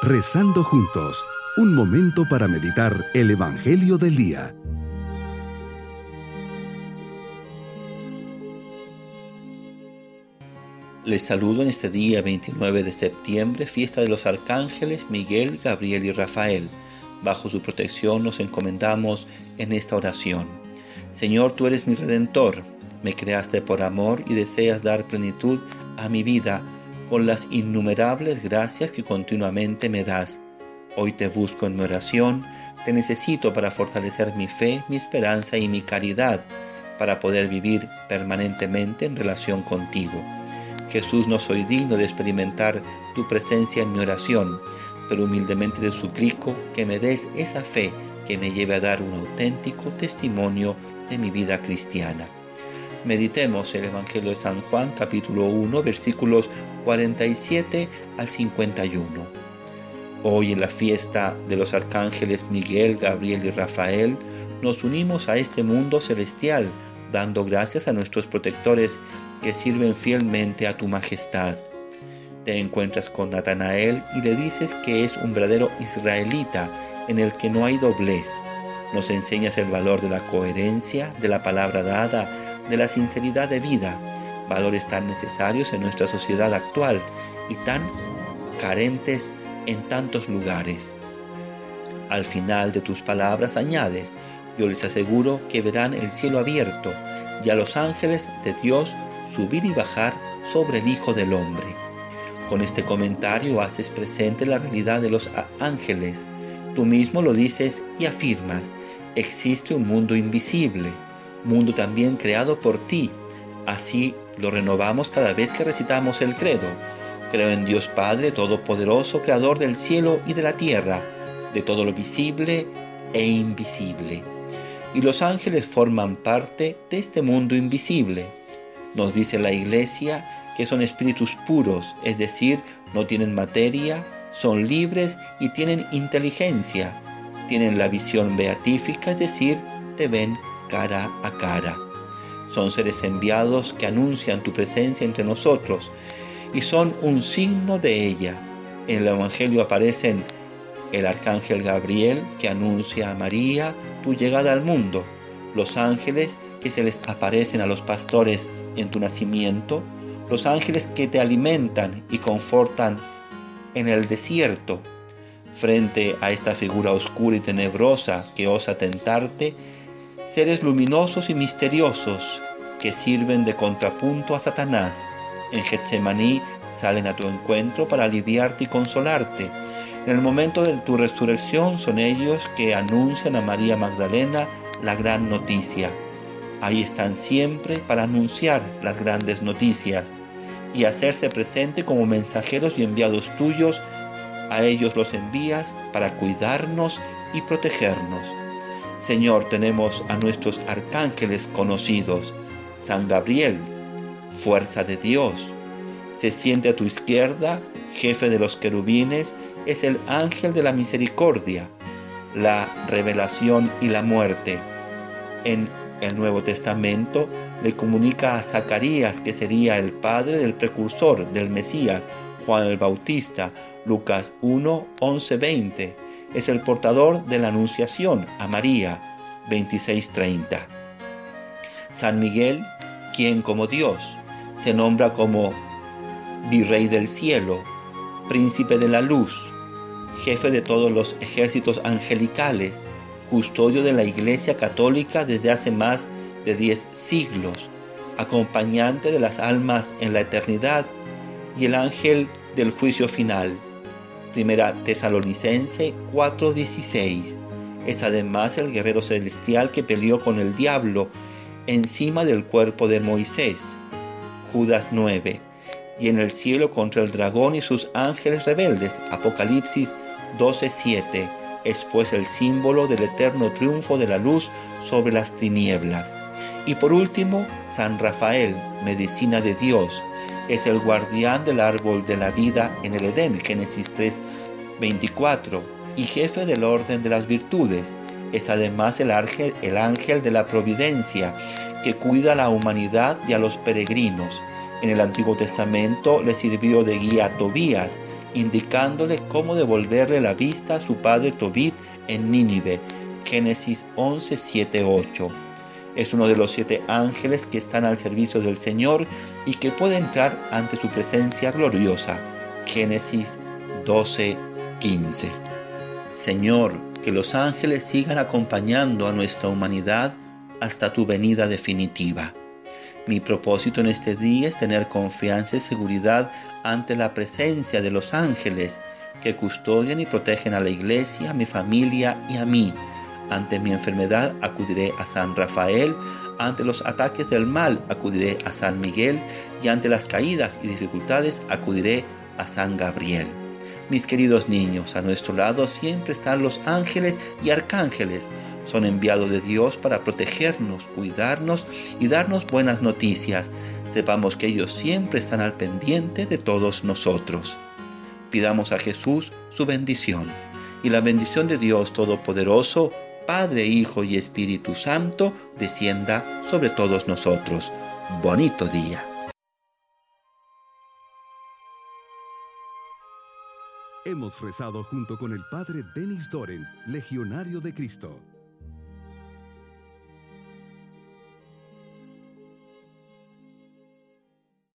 Rezando juntos, un momento para meditar el Evangelio del día. Les saludo en este día 29 de septiembre, fiesta de los arcángeles Miguel, Gabriel y Rafael. Bajo su protección nos encomendamos en esta oración. Señor, tú eres mi Redentor, me creaste por amor y deseas dar plenitud a mi vida con las innumerables gracias que continuamente me das. Hoy te busco en mi oración, te necesito para fortalecer mi fe, mi esperanza y mi caridad, para poder vivir permanentemente en relación contigo. Jesús, no soy digno de experimentar tu presencia en mi oración, pero humildemente te suplico que me des esa fe que me lleve a dar un auténtico testimonio de mi vida cristiana. Meditemos el Evangelio de San Juan, capítulo 1, versículos 47 al 51. Hoy, en la fiesta de los arcángeles Miguel, Gabriel y Rafael, nos unimos a este mundo celestial, dando gracias a nuestros protectores que sirven fielmente a tu majestad. Te encuentras con Natanael y le dices que es un verdadero israelita en el que no hay doblez. Nos enseñas el valor de la coherencia, de la palabra dada, de la sinceridad de vida, valores tan necesarios en nuestra sociedad actual y tan carentes en tantos lugares. Al final de tus palabras añades: yo les aseguro que verán el cielo abierto y a los ángeles de Dios subir y bajar sobre el Hijo del Hombre. Con este comentario haces presente la realidad de los ángeles. Tú mismo lo dices y afirmas: existe un mundo invisible, mundo también creado por ti. Así lo renovamos cada vez que recitamos el credo. Creo en Dios Padre Todopoderoso, Creador del cielo y de la tierra, de todo lo visible e invisible. Y los ángeles forman parte de este mundo invisible. Nos dice la Iglesia que son espíritus puros, es decir, no tienen materia, son libres y tienen inteligencia. Tienen la visión beatífica, es decir, te ven cara a cara. Son seres enviados que anuncian tu presencia entre nosotros y son un signo de ella. En el Evangelio aparecen el arcángel Gabriel, que anuncia a María tu llegada al mundo, los ángeles que se les aparecen a los pastores en tu nacimiento, los ángeles que te alimentan y confortan en el desierto. Frente a esta figura oscura y tenebrosa que osa tentarte, seres luminosos y misteriosos que sirven de contrapunto a Satanás. En Getsemaní salen a tu encuentro para aliviarte y consolarte. En el momento de tu resurrección son ellos que anuncian a María Magdalena la gran noticia. Ahí están siempre para anunciar las grandes noticias y hacerse presente como mensajeros y enviados tuyos. A ellos los envías para cuidarnos y protegernos. Señor, tenemos a nuestros arcángeles conocidos. San Gabriel, fuerza de Dios, se siente a tu izquierda, jefe de los querubines, es el ángel de la misericordia, la revelación y la muerte. En el Nuevo Testamento le comunica a Zacarías que sería el padre del precursor del Mesías, Juan el Bautista, Lucas 1, 11, 20. Es el portador de la Anunciación a María, 26:30. San Miguel, quien como Dios se nombra como Virrey del cielo, Príncipe de la luz, jefe de todos los ejércitos angelicales, custodio de la Iglesia Católica desde hace más de 10 siglos, acompañante de las almas en la eternidad y el ángel del juicio final. Primera Tesalonicense 4:16. Es además el guerrero celestial que peleó con el diablo encima del cuerpo de Moisés. Judas 9. Y en el cielo contra el dragón y sus ángeles rebeldes. Apocalipsis 12:7. Es pues el símbolo del eterno triunfo de la luz sobre las tinieblas. Y por último, San Rafael, medicina de Dios, es el guardián del árbol de la vida en el Edén, Génesis 3:24, y jefe del orden de las virtudes. Es además el ángel de la providencia, que cuida a la humanidad y a los peregrinos. En el Antiguo Testamento le sirvió de guía a Tobías, indicándole cómo devolverle la vista a su padre Tobit en Nínive. Génesis 11, 7, 8. Es uno de los 7 ángeles que están al servicio del Señor y que puede entrar ante su presencia gloriosa. Génesis 12, 15. Señor, que los ángeles sigan acompañando a nuestra humanidad hasta tu venida definitiva. Mi propósito en este día es tener confianza y seguridad ante la presencia de los ángeles que custodian y protegen a la iglesia, a mi familia y a mí. Ante mi enfermedad acudiré a San Rafael, ante los ataques del mal acudiré a San Miguel y ante las caídas y dificultades acudiré a San Gabriel. Mis queridos niños, a nuestro lado siempre están los ángeles y arcángeles. Son enviados de Dios para protegernos, cuidarnos y darnos buenas noticias. Sepamos que ellos siempre están al pendiente de todos nosotros. Pidamos a Jesús su bendición. Y la bendición de Dios Todopoderoso, Padre, Hijo y Espíritu Santo, descienda sobre todos nosotros. Bonito día. Hemos rezado junto con el Padre Denis Doren, Legionario de Cristo.